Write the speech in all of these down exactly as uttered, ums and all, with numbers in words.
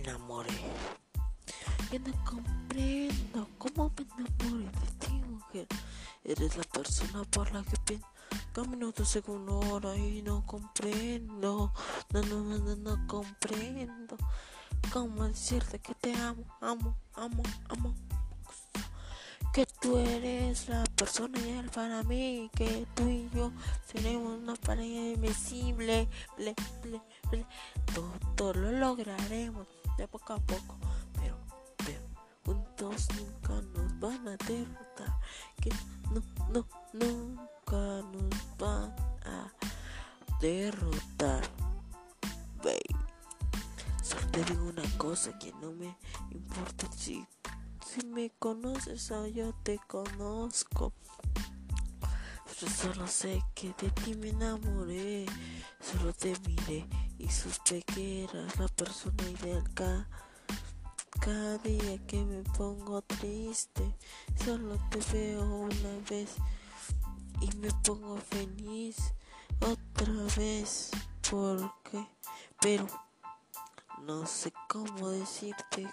enamoré. Yo no comprendo cómo me enamoré de ti, mujer. Eres la persona por la que pienso minuto, segundo, hora y no comprendo. No, no, no, no, no comprendo. Cómo decirte que te amo, amo, amo, amo. Que tú eres la persona ideal para mí, que tú y yo seremos una pareja invencible, ble, ble, ble. Todo, todo lo lograremos de poco a poco, pero, pero juntos nunca nos van a derrotar, que no, no, nunca nos van a derrotar, baby. Solo te digo una cosa, que no me importa si Si me conoces o yo te conozco, pero solo sé que de ti me enamoré. Solo te miré y supe que eras la persona ideal. Cada, cada día que me pongo triste, solo te veo una vez y me pongo feliz otra vez. Porque, pero no sé cómo decirte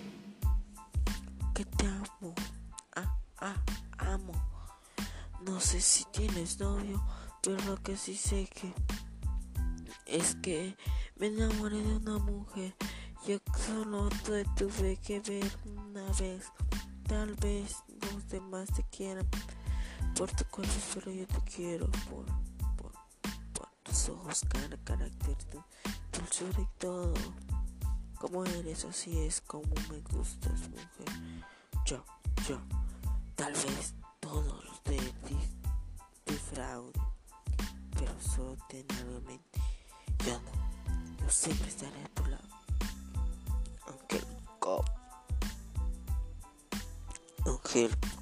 que te amo, ah, ah, amo. No sé si tienes novio, pero lo que sí sé que es que me enamoré de una mujer. Yo solo te tuve que ver una vez. Tal vez los demás te quieran por tu cuerpo, pero yo te quiero por, por, por tus ojos, cara, carácter, tu dulzura y todo. Como eres, así es como me gustas, mujer. Yo, yo, tal vez todos de ti de fraude, pero solo tenablemente. Yo no, yo siempre estaré a tu lado. Ángel Cop, Ángel